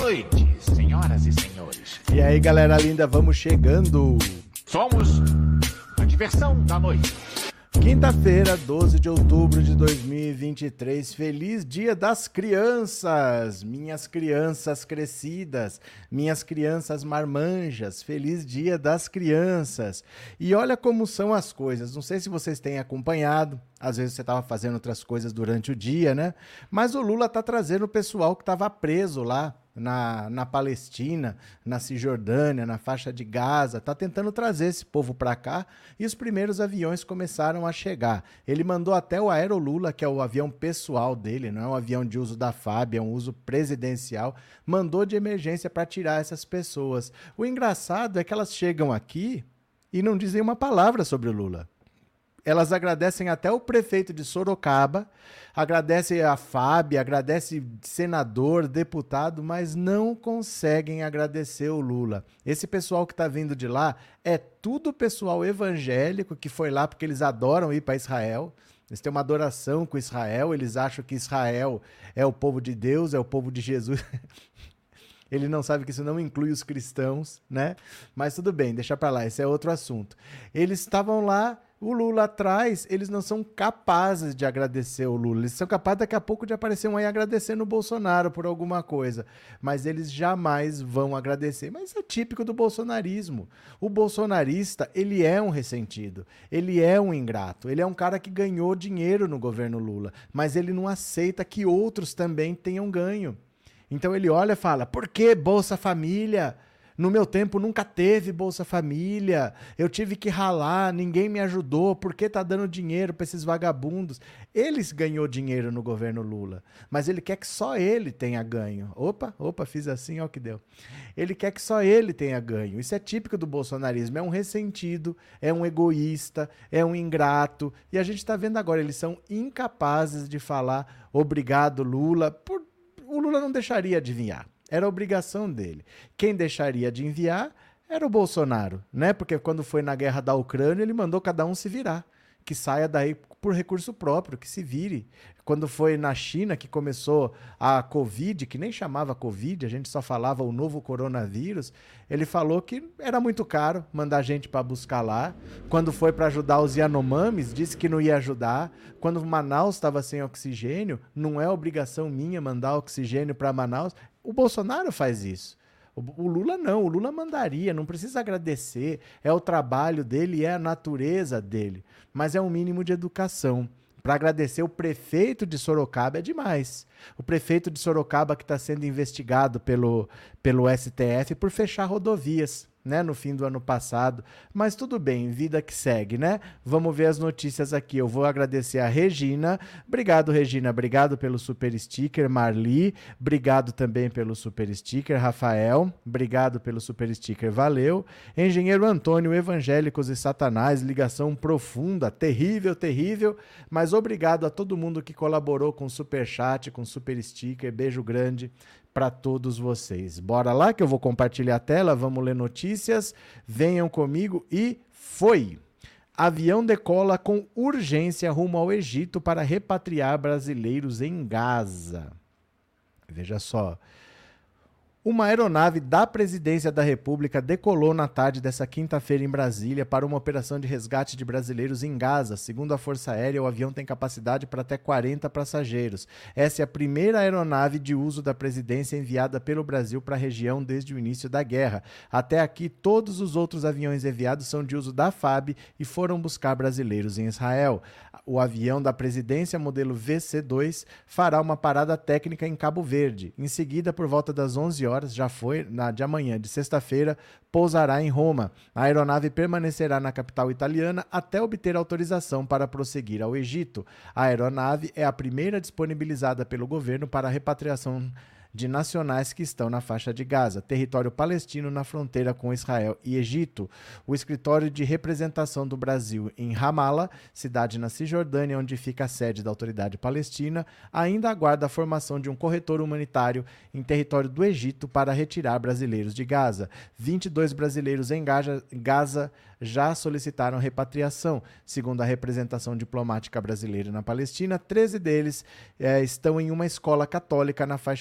noite, senhoras e senhores. E aí, galera linda, vamos chegando. Somos a diversão da noite. Quinta-feira, 12 de outubro de 2023. Feliz Dia das Crianças! Minhas crianças crescidas, minhas crianças marmanjas. Feliz Dia das Crianças! E olha como são as coisas. Não sei se vocês têm acompanhado. Às vezes você estava fazendo outras coisas durante o dia, né? Mas o Lula está trazendo o pessoal que estava preso lá na Palestina, na Cisjordânia, na faixa de Gaza, está tentando trazer esse povo para cá e os primeiros aviões começaram a chegar. Ele mandou até o Aerolula, que é o avião pessoal dele, não é um avião de uso da FAB, é um uso presidencial, mandou de emergência para tirar essas pessoas. O engraçado é que elas chegam aqui e não dizem uma palavra sobre o Lula. Elas agradecem até o prefeito de Sorocaba, agradecem a FAB, agradecem senador, deputado, mas não conseguem agradecer o Lula. Esse pessoal que está vindo de lá é tudo pessoal evangélico que foi lá porque eles adoram ir para Israel. Eles têm uma adoração com Israel, eles acham que Israel é o povo de Deus, é o povo de Jesus. Ele não sabe que isso não inclui os cristãos, né? Mas tudo bem, deixa para lá, esse é outro assunto. Eles estavam lá, o Lula atrás, eles não são capazes de agradecer o Lula. Eles são capazes daqui a pouco de aparecer um aí agradecendo o Bolsonaro por alguma coisa. Mas eles jamais vão agradecer. Mas é típico do bolsonarismo. O bolsonarista, ele é um ressentido. Ele é um ingrato. Ele é um cara que ganhou dinheiro no governo Lula. Mas ele não aceita que outros também tenham ganho. Então ele olha e fala, por que Bolsa Família? No meu tempo nunca teve Bolsa Família, eu tive que ralar, ninguém me ajudou, por que tá dando dinheiro para esses vagabundos? Eles ganhou dinheiro no governo Lula, mas ele quer que só ele tenha ganho. Opa, fiz assim, ó o que deu. Ele quer que só ele tenha ganho. Isso é típico do bolsonarismo, é um ressentido, é um egoísta, é um ingrato, e a gente tá vendo agora, eles são incapazes de falar obrigado Lula, o Lula não deixaria de enviar. Era obrigação dele. Quem deixaria de enviar era o Bolsonaro, né? Porque quando foi na guerra da Ucrânia, ele mandou cada um se virar. Que saia daí por recurso próprio, que se vire. Quando foi na China que começou a Covid, que nem chamava Covid, a gente só falava o novo coronavírus, ele falou que era muito caro mandar gente para buscar lá. Quando foi para ajudar os Yanomamis, disse que não ia ajudar. Quando Manaus estava sem oxigênio, não é obrigação minha mandar oxigênio para Manaus. O Bolsonaro faz isso. O Lula não, o Lula mandaria, não precisa agradecer, é o trabalho dele, é a natureza dele, mas é um mínimo de educação. Para agradecer o prefeito de Sorocaba é demais. O prefeito de Sorocaba que está sendo investigado pelo STF por fechar rodovias, né, no fim do ano passado, mas tudo bem, vida que segue, né? Vamos ver as notícias aqui. Eu vou agradecer a Regina. Obrigado, Regina. Obrigado pelo super sticker. Marli, obrigado também pelo super sticker. Rafael, obrigado pelo super sticker. Valeu. Engenheiro Antônio, Evangélicos e Satanás, ligação profunda, terrível, terrível, mas obrigado a todo mundo que colaborou com super chat, com super sticker. Beijo grande para todos vocês. Bora lá que eu vou compartilhar a tela, vamos ler notícias, venham comigo e foi! Avião decola com urgência rumo ao Egito para repatriar brasileiros em Gaza. Veja só. Uma aeronave da Presidência da República decolou na tarde dessa quinta-feira em Brasília para uma operação de resgate de brasileiros em Gaza. Segundo a Força Aérea, o avião tem capacidade para até 40 passageiros. Essa é a primeira aeronave de uso da presidência enviada pelo Brasil para a região desde o início da guerra. Até aqui, todos os outros aviões enviados são de uso da FAB e foram buscar brasileiros em Israel. O avião da presidência, modelo VC-2, fará uma parada técnica em Cabo Verde. Em seguida, por volta das 11 horas, já foi, de amanhã, de sexta-feira, pousará em Roma. A aeronave permanecerá na capital italiana até obter autorização para prosseguir ao Egito. A aeronave é a primeira disponibilizada pelo governo para a repatriação de nacionais que estão na faixa de Gaza, território palestino na fronteira com Israel e Egito. O escritório de representação do Brasil em Ramallah, cidade na Cisjordânia, onde fica a sede da autoridade palestina, ainda aguarda a formação de um corretor humanitário em território do Egito para retirar brasileiros de Gaza. 22 brasileiros em Gaza já solicitaram repatriação. Segundo a representação diplomática brasileira na Palestina, 13 deles estão em uma escola católica na faixa de Gaza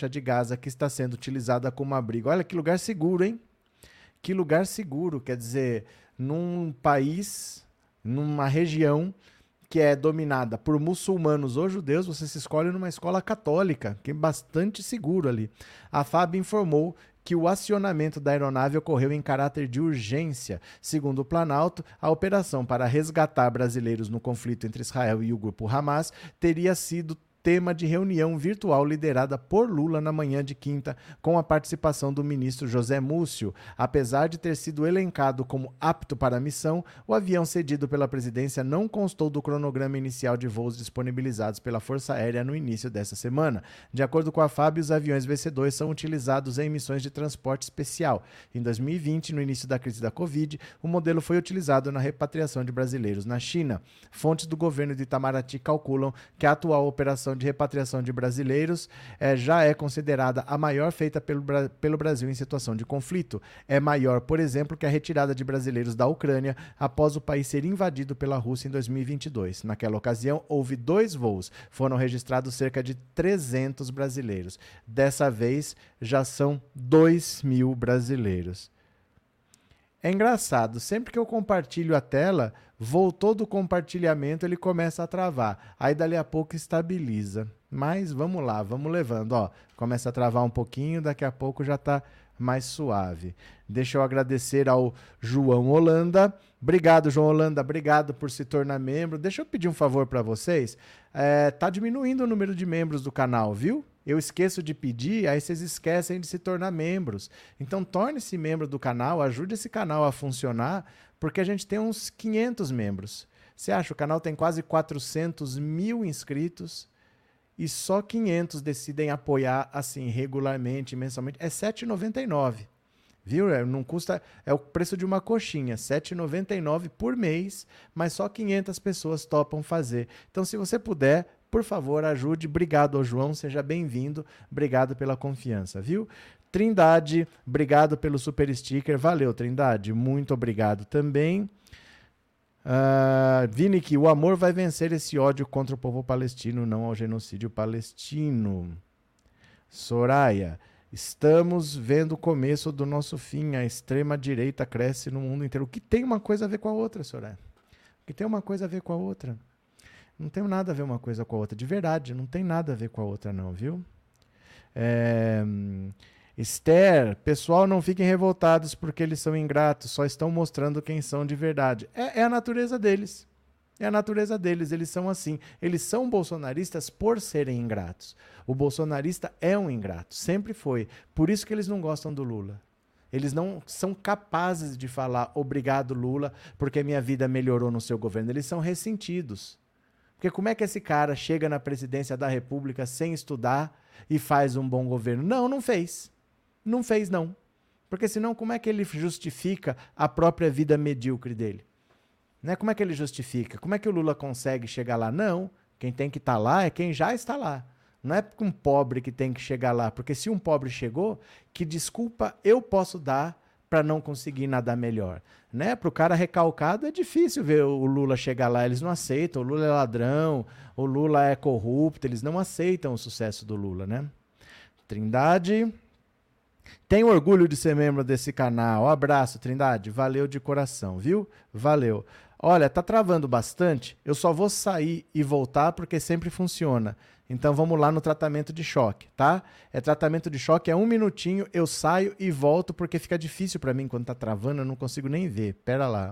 casa que está sendo utilizada como abrigo. Olha que lugar seguro, hein? Que lugar seguro, quer dizer, num país, numa região que é dominada por muçulmanos ou judeus, você se escolhe numa escola católica, que é bastante seguro ali. A FAB informou que o acionamento da aeronave ocorreu em caráter de urgência. Segundo o Planalto, a operação para resgatar brasileiros no conflito entre Israel e o grupo Hamas teria sido tema de reunião virtual liderada por Lula na manhã de quinta, com a participação do ministro José Múcio. Apesar de ter sido elencado como apto para a missão, o avião cedido pela presidência não constou do cronograma inicial de voos disponibilizados pela Força Aérea no início dessa semana. De acordo com a FAB, os aviões VC-2 são utilizados em missões de transporte especial. Em 2020, no início da crise da Covid, o modelo foi utilizado na repatriação de brasileiros na China. Fontes do governo de Itamaraty calculam que a atual operação de repatriação de brasileiros já é considerada a maior feita pelo Brasil em situação de conflito. É maior, por exemplo, que a retirada de brasileiros da Ucrânia após o país ser invadido pela Rússia em 2022. Naquela ocasião, houve 2 voos. Foram registrados cerca de 300 brasileiros. Dessa vez, já são 2.000 brasileiros. É engraçado, sempre que eu compartilho a tela, voltou do compartilhamento, ele começa a travar. Aí dali a pouco estabiliza. Mas vamos lá, vamos levando. Ó, começa a travar um pouquinho, daqui a pouco já está mais suave. Deixa eu agradecer ao João Holanda. Obrigado, João Holanda, obrigado por se tornar membro. Deixa eu pedir um favor para vocês. Tá diminuindo o número de membros do canal, viu? Eu esqueço de pedir, aí vocês esquecem de se tornar membros. Então, torne-se membro do canal, ajude esse canal a funcionar, porque a gente tem uns 500 membros. Você acha? O canal tem quase 400 mil inscritos e só 500 decidem apoiar assim regularmente, mensalmente. É R$ 7,99. Viu? Não custa, é o preço de uma coxinha, R$ 7,99 por mês, mas só 500 pessoas topam fazer. Então, se você puder, por favor, ajude. Obrigado ao João, seja bem-vindo. Obrigado pela confiança, viu? Trindade, obrigado pelo super sticker. Valeu, Trindade. Muito obrigado também. Vini, que o amor vai vencer esse ódio contra o povo palestino, não ao genocídio palestino. Soraya, estamos vendo o começo do nosso fim. A extrema-direita cresce no mundo inteiro. O que tem uma coisa a ver com a outra, Soraya? O que tem uma coisa a ver com a outra? Não tem nada a ver uma coisa com a outra. De verdade, não tem nada a ver com a outra não, viu? Esther, pessoal, não fiquem revoltados porque eles são ingratos, só estão mostrando quem são de verdade. É a natureza deles. É a natureza deles, eles são assim. Eles são bolsonaristas por serem ingratos. O bolsonarista é um ingrato, sempre foi. Por isso que eles não gostam do Lula. Eles não são capazes de falar obrigado, Lula, porque minha vida melhorou no seu governo. Eles são ressentidos. Porque como é que esse cara chega na presidência da República sem estudar e faz um bom governo? Não fez. Não fez, não. Porque senão como é que ele justifica a própria vida medíocre dele? Né? Como é que ele justifica? Como é que o Lula consegue chegar lá? Não. Quem tem que estar lá é quem já está lá. Não é um pobre que tem que chegar lá. Porque se um pobre chegou, que desculpa eu posso dar para não conseguir nada melhor, né? Para o cara recalcado é difícil ver o Lula chegar lá, eles não aceitam, o Lula é ladrão, o Lula é corrupto, eles não aceitam o sucesso do Lula, né? Trindade, tenho orgulho de ser membro desse canal, um abraço, Trindade, valeu de coração, viu? Valeu. Olha, tá travando bastante, eu só vou sair e voltar porque sempre funciona. Então vamos lá no tratamento de choque, tá? Tratamento de choque, é 1 minutinho, eu saio e volto porque fica difícil para mim quando tá travando, eu não consigo nem ver. Pera lá.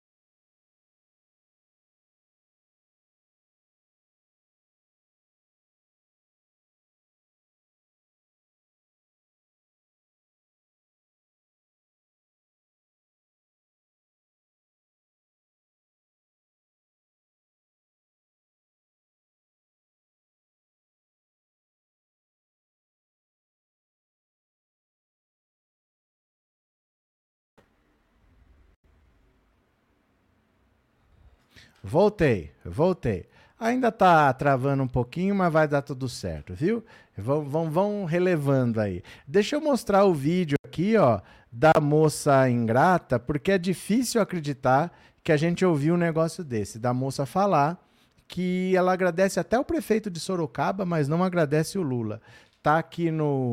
Voltei. Ainda tá travando um pouquinho, mas vai dar tudo certo, viu? Vão relevando aí. Deixa eu mostrar o vídeo aqui, ó, da moça ingrata, porque é difícil acreditar que a gente ouviu um negócio desse, da moça falar que ela agradece até o prefeito de Sorocaba, mas não agradece o Lula. tá aqui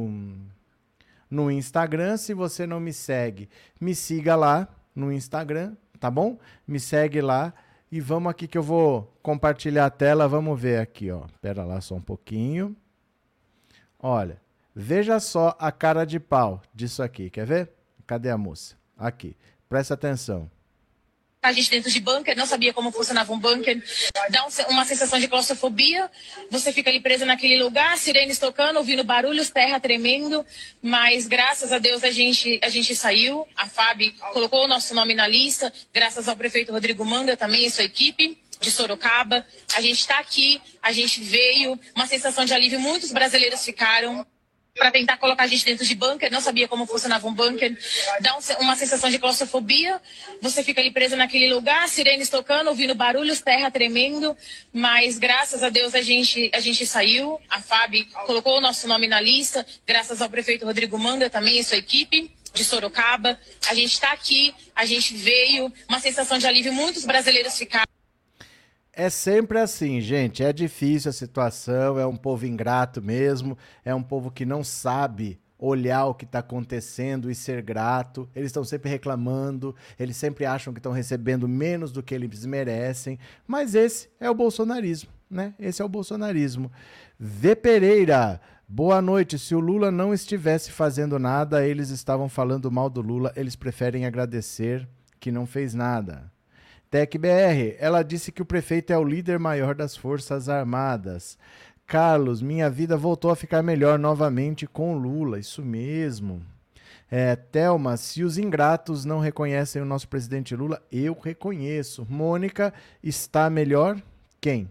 no Instagram. Se você não me segue, me siga lá no Instagram, tá bom? Me segue lá e vamos aqui que eu vou compartilhar a tela. Vamos ver aqui, ó. Pera lá só um pouquinho. Olha, veja só a cara de pau disso aqui, quer ver? Cadê a moça? Aqui, presta atenção. A gente dentro de bunker, não sabia como funcionava um bunker, dá uma sensação de claustrofobia, você fica ali presa naquele lugar, sirenes tocando, ouvindo barulhos, terra tremendo, mas graças a Deus a gente saiu, a FAB colocou o nosso nome na lista, graças ao prefeito Rodrigo Manga também e sua equipe de Sorocaba, a gente está aqui, a gente veio, uma sensação de alívio, muitos brasileiros ficaram para tentar colocar a gente dentro de bunker, não sabia como funcionava um bunker, dá uma sensação de claustrofobia, você fica ali presa naquele lugar, sirenes tocando, ouvindo barulhos, terra tremendo, mas graças a Deus a gente saiu, a FAB colocou o nosso nome na lista, graças ao prefeito Rodrigo Manga também e sua equipe de Sorocaba, a gente está aqui, a gente veio, uma sensação de alívio, muitos brasileiros ficaram. É sempre assim, gente, é difícil a situação, é um povo ingrato mesmo, é um povo que não sabe olhar o que está acontecendo e ser grato, eles estão sempre reclamando, eles sempre acham que estão recebendo menos do que eles merecem, mas esse é o bolsonarismo, né? Esse é o bolsonarismo. V. Pereira, boa noite, se o Lula não estivesse fazendo nada, eles estavam falando mal do Lula, eles preferem agradecer que não fez nada. TecBR, ela disse que o prefeito é o líder maior das Forças Armadas. Carlos, minha vida voltou a ficar melhor novamente com o Lula, isso mesmo. Thelma, se os ingratos não reconhecem o nosso presidente Lula, eu reconheço. Mônica, está melhor? Quem?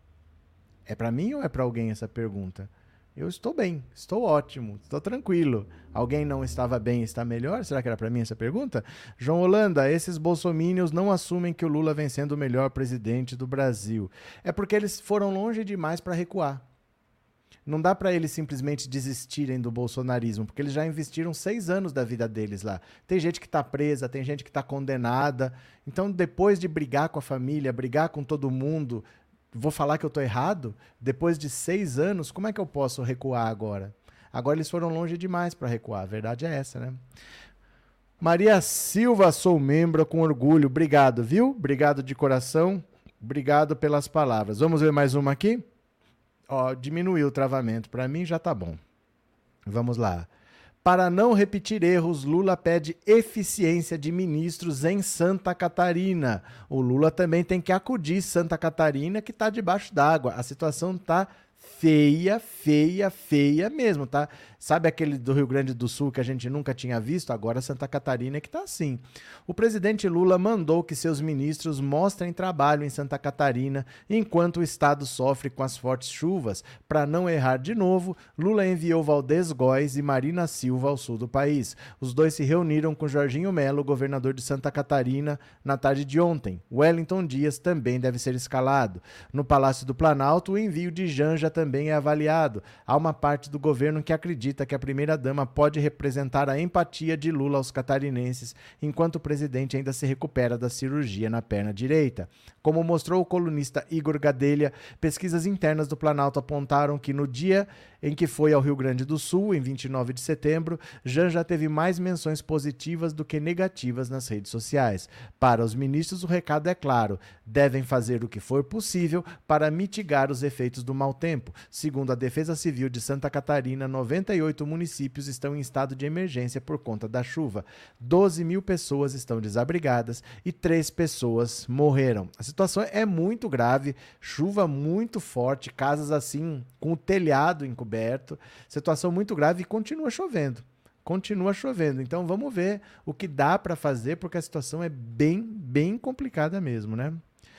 É para mim ou é para alguém essa pergunta? Eu estou bem, estou ótimo, estou tranquilo. Alguém não estava bem e está melhor? Será que era para mim essa pergunta? João Holanda, esses bolsomínios não assumem que o Lula vem sendo o melhor presidente do Brasil. É porque eles foram longe demais para recuar. Não dá para eles simplesmente desistirem do bolsonarismo, porque eles já investiram 6 anos da vida deles lá. Tem gente que está presa, tem gente que está condenada. Então, depois de brigar com a família, brigar com todo mundo, vou falar que eu estou errado? Depois de 6 anos, como é que eu posso recuar agora? Agora eles foram longe demais para recuar, a verdade é essa, né? Maria Silva, sou membro com orgulho. Obrigado, viu? Obrigado de coração. Obrigado pelas palavras. Vamos ver mais uma aqui? Ó, diminuiu o travamento. Para mim já tá bom. Vamos lá. Para não repetir erros, Lula pede eficiência de ministros em Santa Catarina. O Lula também tem que acudir Santa Catarina, que está debaixo d'água. A situação está feia, feia, feia mesmo, tá? Sabe aquele do Rio Grande do Sul que a gente nunca tinha visto? Agora Santa Catarina é que tá assim. O presidente Lula mandou que seus ministros mostrem trabalho em Santa Catarina enquanto o estado sofre com as fortes chuvas. Para não errar de novo, Lula enviou Valdez Góes e Marina Silva ao sul do país. Os dois se reuniram com Jorginho Melo, governador de Santa Catarina, na tarde de ontem. Wellington Dias também deve ser escalado. No Palácio do Planalto, o envio de Janja também é avaliado. Há uma parte do governo que acredita que a primeira-dama pode representar a empatia de Lula aos catarinenses, enquanto o presidente ainda se recupera da cirurgia na perna direita. Como mostrou o colunista Igor Gadelha, pesquisas internas do Planalto apontaram que no dia em que foi ao Rio Grande do Sul, em 29 de setembro, Janja teve mais menções positivas do que negativas nas redes sociais. Para os ministros, o recado é claro: devem fazer o que for possível para mitigar os efeitos do mau tempo. Segundo a Defesa Civil de Santa Catarina, 98 municípios estão em estado de emergência por conta da chuva. 12 mil pessoas estão desabrigadas e 3 pessoas morreram. A situação é muito grave, chuva muito forte, casas assim com o telhado encoberto, situação muito grave e continua chovendo. Continua chovendo. Então vamos ver o que dá para fazer, porque a situação é bem complicada mesmo, né?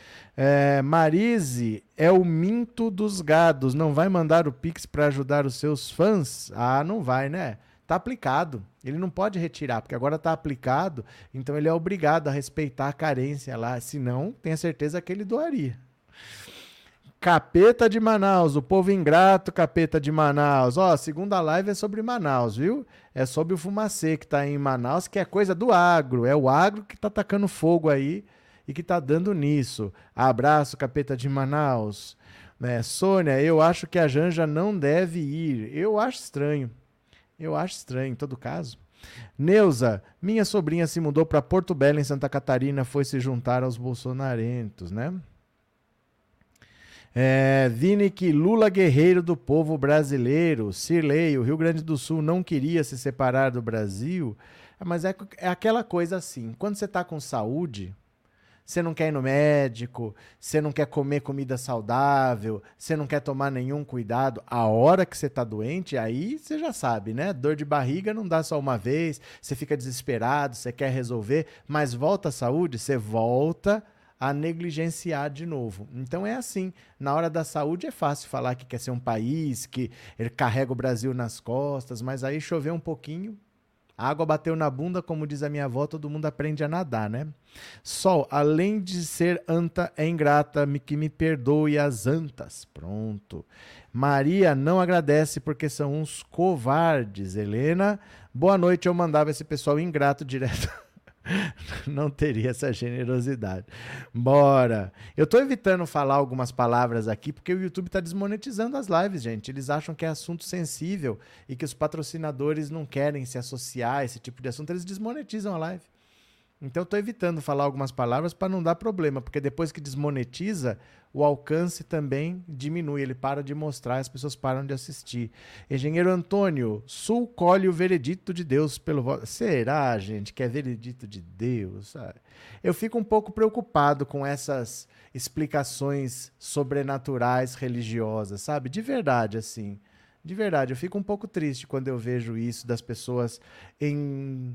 Marise, é o minto dos gados. Não vai mandar o Pix para ajudar os seus fãs? Ah, não vai, né? Tá aplicado. Ele não pode retirar, porque agora tá aplicado, então ele é obrigado a respeitar a carência lá. Senão, tenha certeza que ele doaria. Capeta de Manaus, o povo ingrato, Capeta de Manaus. Ó, a segunda live é sobre Manaus, viu? É sobre o Fumacê que tá em Manaus, que é coisa do agro. É o agro que tá tacando fogo aí e que tá dando nisso. Abraço, Capeta de Manaus. Sônia, eu acho que a Janja não deve ir. Eu acho estranho. Em todo caso. Neuza, minha sobrinha se mudou para Porto Belo, em Santa Catarina, foi se juntar aos bolsonarentos, né? Vini, que Lula guerreiro do povo brasileiro. Cirlei, o Rio Grande do Sul não queria se separar do Brasil. Mas é aquela coisa assim, quando você está com saúde, você não quer ir no médico, você não quer comer comida saudável, você não quer tomar nenhum cuidado. A hora que você está doente, aí você já sabe, né? Dor de barriga não dá só uma vez, você fica desesperado, você quer resolver, mas volta a saúde, você volta a negligenciar de novo. Então é assim, na hora da saúde é fácil falar que quer ser um país, que ele carrega o Brasil nas costas, mas aí choveu um pouquinho, a água bateu na bunda, como diz a minha avó, todo mundo aprende a nadar, né? Sol, além de ser anta, é ingrata, que me perdoe as antas. Pronto. Maria não agradece porque são uns covardes. Helena, boa noite, eu mandava esse pessoal ingrato direto. Não teria essa generosidade. Bora. Eu tô evitando falar algumas palavras aqui porque o YouTube tá desmonetizando as lives, gente. Eles acham que é assunto sensível e que os patrocinadores não querem se associar a esse tipo de assunto. Eles desmonetizam a live. Então eu tô evitando falar algumas palavras para não dar problema, porque depois que desmonetiza, o alcance também diminui, ele para de mostrar, as pessoas param de assistir. Engenheiro Antônio, Sul colhe o veredito de Deus pelo voto. Será, gente, que é veredito de Deus? Sabe? Eu fico um pouco preocupado com essas explicações sobrenaturais religiosas, sabe? De verdade, assim. De verdade, eu fico um pouco triste quando eu vejo isso das pessoas em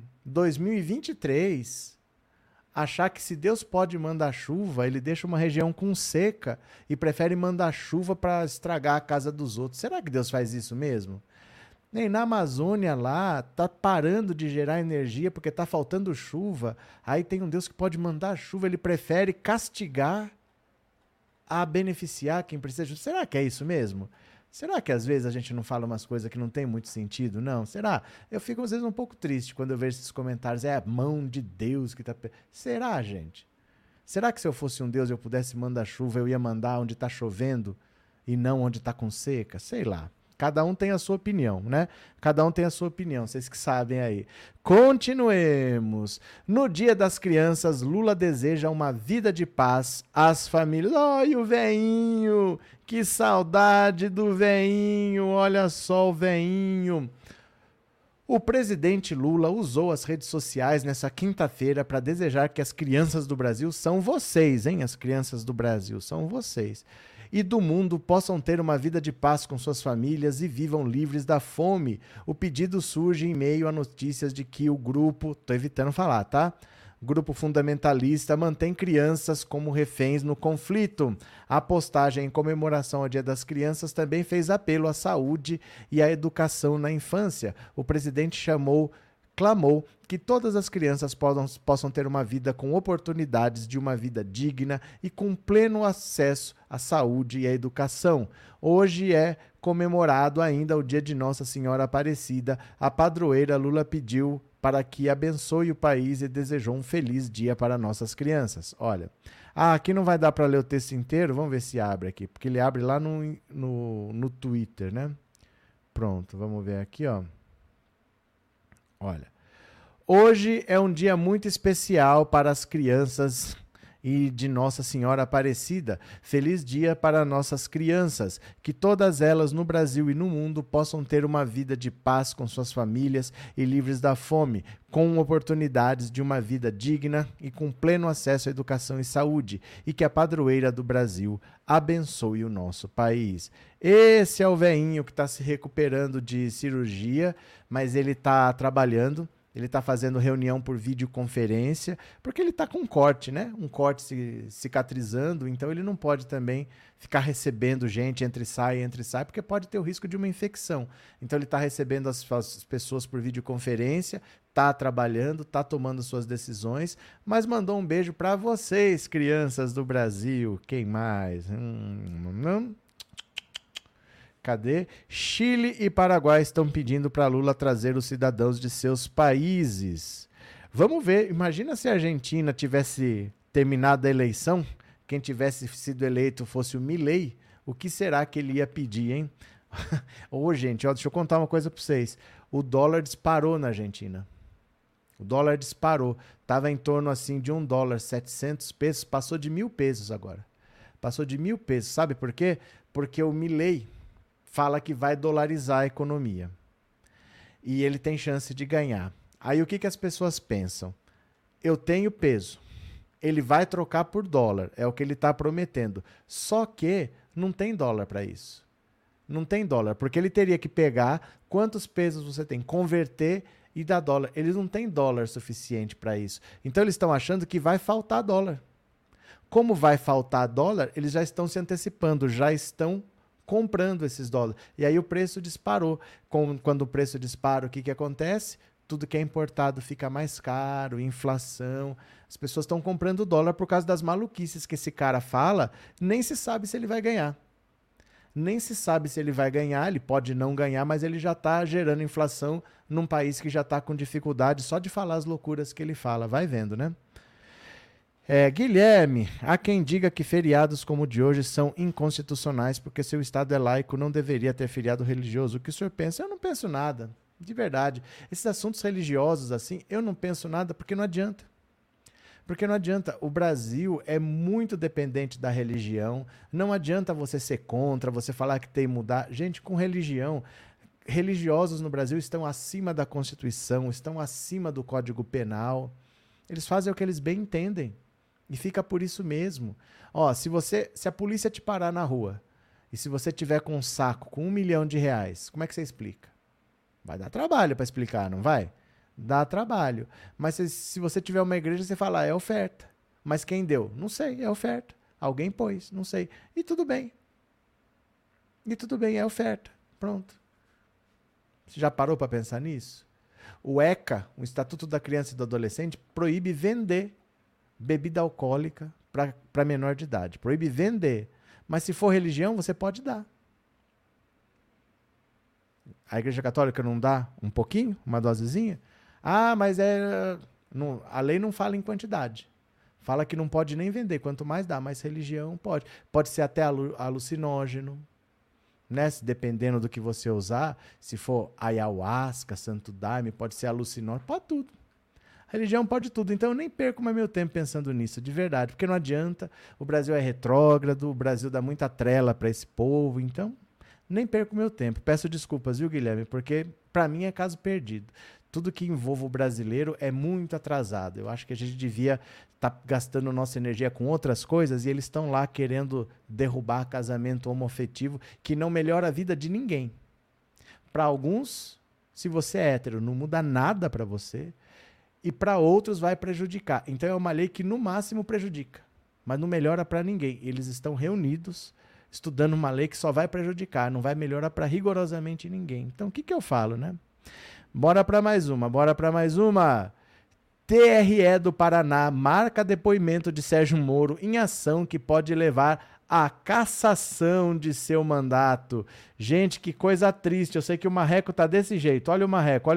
2023... achar que se Deus pode mandar chuva, ele deixa uma região com seca e prefere mandar chuva para estragar a casa dos outros. Será que Deus faz isso mesmo? Nem na Amazônia lá, tá parando de gerar energia porque tá faltando chuva. Aí tem um Deus que pode mandar chuva, ele prefere castigar a beneficiar quem precisa. Será que é isso mesmo? Será que às vezes a gente não fala umas coisas que não tem muito sentido? Não, será? Eu fico às vezes um pouco triste quando eu vejo esses comentários. É a mão de Deus que tá... Será, gente? Será que se eu fosse um Deus e eu pudesse mandar chuva, eu ia mandar onde tá chovendo e não onde tá com seca? Sei lá. Cada um tem a sua opinião, né? Cada um tem a sua opinião, vocês que sabem aí. Continuemos. No Dia das Crianças, Lula deseja uma vida de paz às famílias. Ai, o veinho! Que saudade do veinho! Olha só o veinho! O presidente Lula usou as redes sociais nessa quinta-feira para desejar que as crianças do Brasil são vocês, hein? As crianças do Brasil são vocês. E do mundo possam ter uma vida de paz com suas famílias e vivam livres da fome. O pedido surge em meio a notícias de que o grupo, tô evitando falar, tá? Grupo fundamentalista mantém crianças como reféns no conflito. A postagem em comemoração ao Dia das Crianças também fez apelo à saúde e à educação na infância. O presidente clamou que todas as crianças possam ter uma vida com oportunidades de uma vida digna e com pleno acesso à saúde e à educação. Hoje é comemorado ainda o dia de Nossa Senhora Aparecida. A padroeira Lula pediu para que abençoe o país e desejou um feliz dia para nossas crianças. Olha, aqui não vai dar para ler o texto inteiro, vamos ver se abre aqui, porque ele abre lá no Twitter, né? Pronto, vamos ver aqui, ó. Olha, hoje é um dia muito especial para as crianças e de Nossa Senhora Aparecida. Feliz dia para nossas crianças, que todas elas no Brasil e no mundo possam ter uma vida de paz com suas famílias e livres da fome, com oportunidades de uma vida digna e com pleno acesso à educação e saúde, e que a padroeira do Brasil abençoe o nosso país. Esse é o veinho que está se recuperando de cirurgia, mas ele está trabalhando. Ele está fazendo reunião por videoconferência, porque ele está com um corte, né? Um corte cicatrizando, então ele não pode também ficar recebendo gente entre sai, porque pode ter o risco de uma infecção. Então ele está recebendo as pessoas por videoconferência, está trabalhando, está tomando suas decisões, mas mandou um beijo para vocês, crianças do Brasil. Quem mais? Cadê? Chile e Paraguai estão pedindo para Lula trazer os cidadãos de seus países. Vamos ver, imagina se a Argentina tivesse terminado a eleição, quem tivesse sido eleito fosse o Milei O que será que ele ia pedir, hein? Ô, gente, ó, deixa eu contar uma coisa para vocês. O dólar disparou na Argentina. O dólar disparou. Estava em torno assim de $1, 700 pesos. Passou de 1.000 pesos agora. Passou de 1.000 pesos. Sabe por quê? Porque o Milei fala que vai dolarizar a economia. E ele tem chance de ganhar. Aí o que as pessoas pensam? Eu tenho peso. Ele vai trocar por dólar. É o que ele está prometendo. Só que não tem dólar para isso. Não tem dólar. Porque ele teria que pegar quantos pesos você tem, converter e dar dólar. Eles não têm dólar suficiente para isso. Então eles estão achando que vai faltar dólar. Como vai faltar dólar, eles já estão se antecipando, já estão comprando esses dólares. E aí o preço disparou. Quando o preço dispara, o que acontece? Tudo que é importado fica mais caro, inflação. As pessoas estão comprando dólar por causa das maluquices que esse cara fala, nem se sabe se ele vai ganhar. Nem se sabe se ele vai ganhar, ele pode não ganhar, mas ele já está gerando inflação num país que já está com dificuldade só de falar as loucuras que ele fala. Vai vendo, né? Guilherme, há quem diga que feriados como o de hoje são inconstitucionais porque se o Estado é laico não deveria ter feriado religioso. O que o senhor pensa? Eu não penso nada, de verdade. Esses assuntos religiosos assim, eu não penso nada porque não adianta. Porque não adianta, o Brasil é muito dependente da religião, não adianta você ser contra, você falar que tem que mudar. Gente, com religião, religiosos no Brasil estão acima da Constituição, estão acima do Código Penal, eles fazem o que eles bem entendem. E fica por isso mesmo. Ó, se a polícia te parar na rua e se você tiver com um saco com R$1 milhão, como é que você explica? Vai dar trabalho para explicar, não vai? Dá trabalho. Mas se você tiver uma igreja, você fala, é oferta. Mas quem deu? Não sei, é oferta. Alguém pôs, não sei. E tudo bem. E tudo bem, é oferta. Pronto. Você já parou para pensar nisso? O ECA, o Estatuto da Criança e do Adolescente, proíbe vender bebida alcoólica para menor de idade. Proíbe vender. Mas se for religião, você pode dar. A Igreja Católica não dá um pouquinho? Uma dosezinha? Ah, mas a lei não fala em quantidade. Fala que não pode nem vender. Quanto mais dá, mais religião pode. Pode ser até alucinógeno. Né? Dependendo do que você usar. Se for ayahuasca, santo daime, pode ser alucinógeno. Pode tudo. A religião pode tudo, então eu nem perco mais meu tempo pensando nisso, de verdade, porque não adianta, o Brasil é retrógrado, o Brasil dá muita trela para esse povo, então nem perco meu tempo. Peço desculpas, viu, Guilherme, porque para mim é caso perdido. Tudo que envolve o brasileiro é muito atrasado. Eu acho que a gente devia estar gastando nossa energia com outras coisas e eles estão lá querendo derrubar casamento homoafetivo que não melhora a vida de ninguém. Para alguns, se você é hétero, não muda nada para você. E para outros vai prejudicar. Então é uma lei que no máximo prejudica, mas não melhora para ninguém. Eles estão reunidos, estudando uma lei que só vai prejudicar, não vai melhorar para rigorosamente ninguém. Então o que eu falo, né? Bora para mais uma. TRE do Paraná marca depoimento de Sérgio Moro em ação que pode levar à cassação de seu mandato. Gente, que coisa triste. Eu sei que o marreco tá desse jeito. Olha o marreco.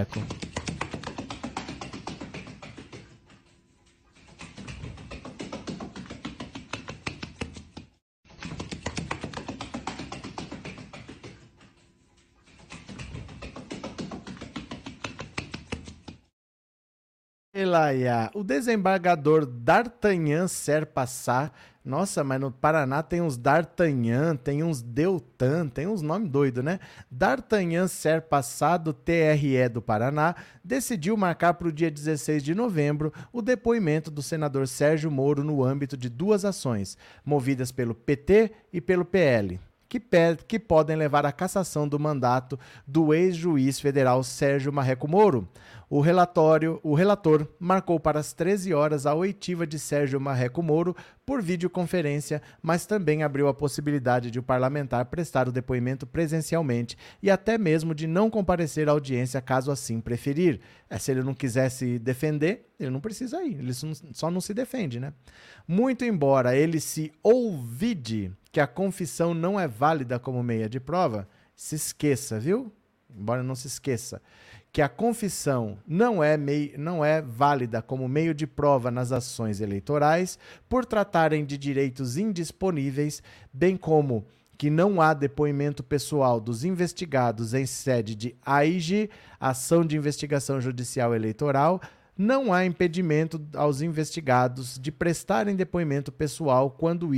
O desembargador D'Artagnan Serpassá, nossa, mas no Paraná tem uns D'Artagnan, tem uns Deltan, tem uns nomes doidos, né? D'Artagnan Serpassá, do TRE do Paraná, decidiu marcar para o dia 16 de novembro o depoimento do senador Sérgio Moro no âmbito de duas ações, movidas pelo PT e pelo PL. Que podem levar à cassação do mandato do ex-juiz federal Sérgio Marreco Moro. O relator marcou para as 13 horas a oitiva de Sérgio Marreco Moro por videoconferência, mas também abriu a possibilidade de o parlamentar prestar o depoimento presencialmente e até mesmo de não comparecer à audiência caso assim preferir. Se ele não quiser se defender, ele não precisa ir, ele só não se defende, né? Muito embora ele se ouvide que a confissão não é válida como meia de prova, se esqueça, viu? Embora não se esqueça, que a confissão não é válida como meio de prova nas ações eleitorais por tratarem de direitos indisponíveis, bem como que não há depoimento pessoal dos investigados em sede de AIG, Ação de Investigação Judicial Eleitoral, não há impedimento aos investigados de prestarem depoimento pessoal quando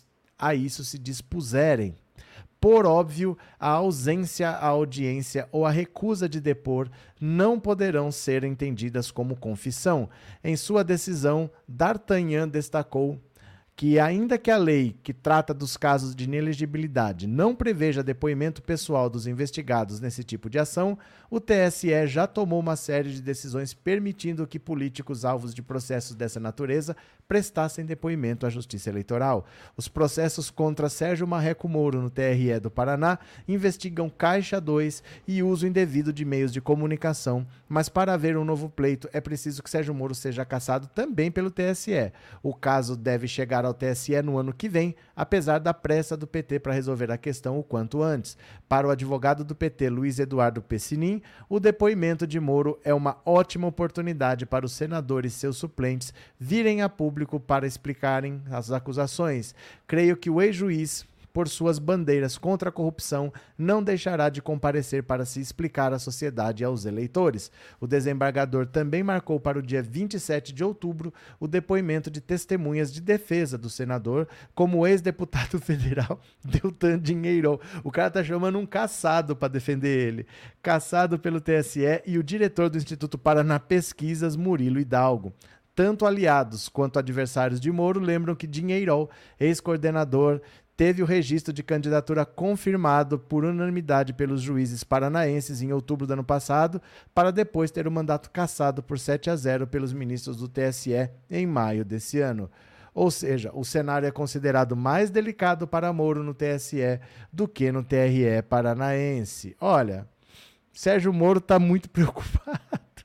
a isso se dispuserem. Por óbvio, a ausência, a audiência ou a recusa de depor não poderão ser entendidas como confissão. Em sua decisão, D'Artagnan destacou que, ainda que a lei que trata dos casos de inelegibilidade não preveja depoimento pessoal dos investigados nesse tipo de ação, o TSE já tomou uma série de decisões permitindo que políticos alvos de processos dessa natureza prestassem depoimento à Justiça Eleitoral. Os processos contra Sérgio Marreco Moro no TRE do Paraná investigam Caixa 2 e uso indevido de meios de comunicação, mas para haver um novo pleito é preciso que Sérgio Moro seja cassado também pelo TSE. O caso deve chegar ao TSE no ano que vem, apesar da pressa do PT para resolver a questão o quanto antes. Para o advogado do PT, Luiz Eduardo Pessinin, o depoimento de Moro é uma ótima oportunidade para os senadores e seus suplentes virem a público para explicarem as acusações. Creio que o ex-juiz, por suas bandeiras contra a corrupção, não deixará de comparecer para se explicar à sociedade e aos eleitores. O desembargador também marcou para o dia 27 de outubro o depoimento de testemunhas de defesa do senador, como o ex-deputado federal Deltan Dinheiro. O cara tá chamando um caçado para defender ele. Caçado pelo TSE e o diretor do Instituto Paraná Pesquisas, Murilo Hidalgo. Tanto aliados quanto adversários de Moro lembram que Dinheiro, ex-coordenador, teve o registro de candidatura confirmado por unanimidade pelos juízes paranaenses em outubro do ano passado, para depois ter o mandato cassado por 7-0 pelos ministros do TSE em maio desse ano. Ou seja, o cenário é considerado mais delicado para Moro no TSE do que no TRE paranaense. Olha, Sérgio Moro está muito preocupado.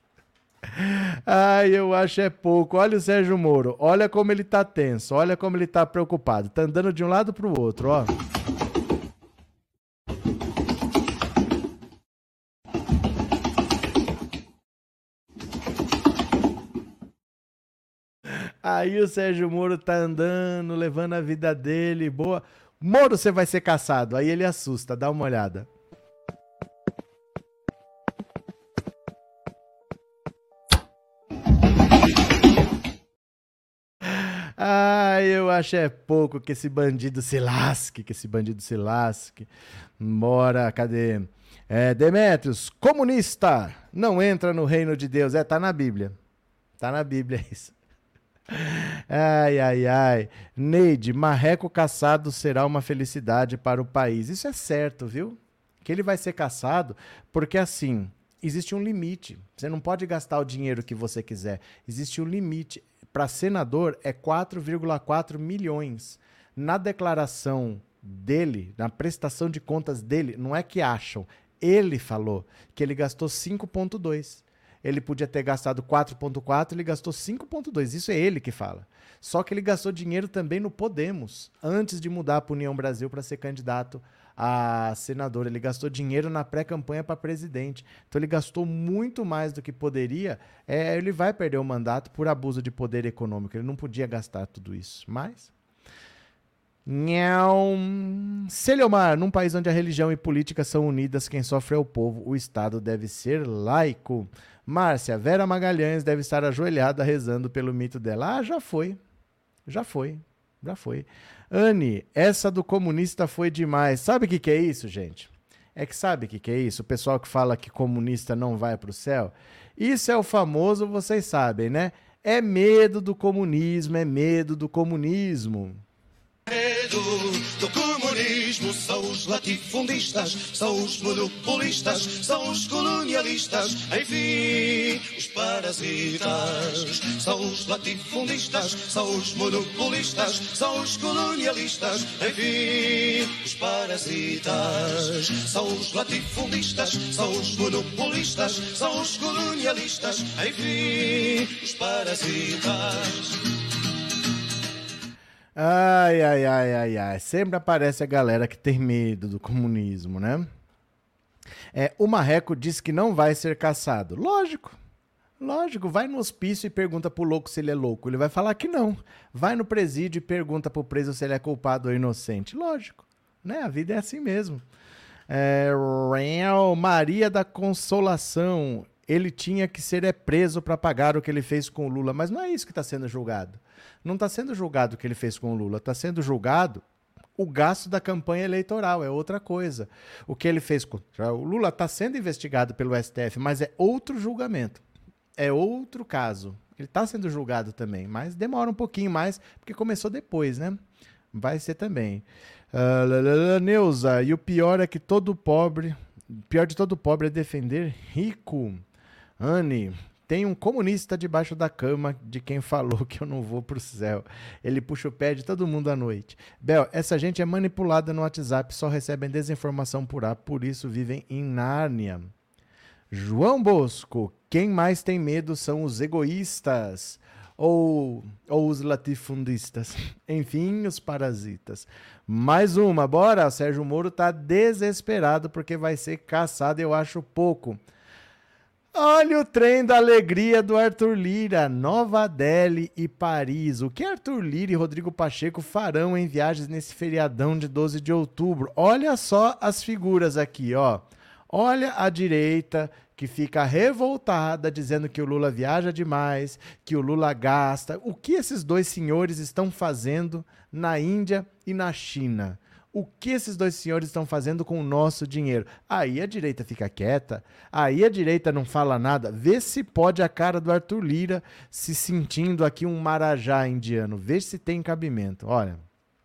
Ai, eu acho é pouco. Olha o Sérgio Moro, olha como ele tá tenso, olha como ele tá preocupado. Tá andando de um lado pro outro, ó. Aí o Sérgio Moro tá andando, levando a vida dele, boa. Moro, você vai ser caçado. Aí ele assusta, dá uma olhada. Eu acho é pouco que esse bandido se lasque, Bora, cadê? Demétrios, comunista, não entra no reino de Deus. Tá na Bíblia. Tá na Bíblia isso. Ai. Neide, Marreco caçado será uma felicidade para o país. Isso é certo, viu? Que ele vai ser caçado porque, assim, existe um limite. Você não pode gastar o dinheiro que você quiser. Existe um limite. Para senador é 4,4 milhões. Na declaração dele, na prestação de contas dele, não é que acham. Ele falou que ele gastou 5,2. Ele podia ter gastado 4,4, ele gastou 5,2. Isso é ele que fala. Só que ele gastou dinheiro também no Podemos, antes de mudar para União Brasil para ser candidato a senador. Ele gastou dinheiro na pré-campanha para presidente. Então ele gastou muito mais do que poderia. Ele vai perder o mandato por abuso de poder econômico. Ele não podia gastar tudo isso. Mas... Celiomar, num país onde a religião e política são unidas, quem sofre é o povo. O Estado deve ser laico. Márcia, Vera Magalhães deve estar ajoelhada rezando pelo mito dela. Já foi. Anne, essa do comunista foi demais. Sabe o que é isso, gente? Sabe o que é isso? O pessoal que fala que comunista não vai para o céu. Isso é o famoso, vocês sabem, né? É medo do comunismo. Medo do comunismo, são os latifundistas, são os monopolistas, são os colonialistas, enfim, os parasitas. São os latifundistas, são os monopolistas, são os colonialistas, enfim, os parasitas. São os latifundistas, são os monopolistas, são os colonialistas, enfim, os parasitas. Ai. Sempre aparece a galera que tem medo do comunismo, né? O Marreco diz que não vai ser caçado. Lógico, vai no hospício e pergunta pro louco se ele é louco. Ele vai falar que não. Vai no presídio e pergunta pro preso se ele é culpado ou inocente. Lógico, né? A vida é assim mesmo. Maria da Consolação. Ele tinha que ser preso para pagar o que ele fez com o Lula. Mas não é isso que está sendo julgado. Não está sendo julgado o que ele fez com o Lula. Está sendo julgado o gasto da campanha eleitoral. É outra coisa. O que ele fez com o Lula está sendo investigado pelo STF, mas é outro julgamento. É outro caso. Ele está sendo julgado também, mas demora um pouquinho mais, porque começou depois, né? Vai ser também. Neuza, e o pior é que todo pobre... O pior de todo pobre é defender rico. Anne, tem um comunista debaixo da cama de quem falou que eu não vou pro céu. Ele puxa o pé de todo mundo à noite. Bel, essa gente é manipulada no WhatsApp, só recebem desinformação por isso vivem em Nárnia. João Bosco, quem mais tem medo são os egoístas ou os latifundistas. Enfim, os parasitas. Mais uma, bora. O Sérgio Moro tá desesperado porque vai ser caçado, eu acho pouco. Olha o trem da alegria do Arthur Lira, Nova Delhi e Paris. O que Arthur Lira e Rodrigo Pacheco farão em viagens nesse feriadão de 12 de outubro? Olha só as figuras aqui, ó. Olha a direita que fica revoltada dizendo que o Lula viaja demais, que o Lula gasta. O que esses dois senhores estão fazendo na Índia e na China? O que esses dois senhores estão fazendo com o nosso dinheiro? Aí a direita fica quieta, aí a direita não fala nada. Vê se pode a cara do Arthur Lira se sentindo aqui um marajá indiano. Vê se tem cabimento. Olha.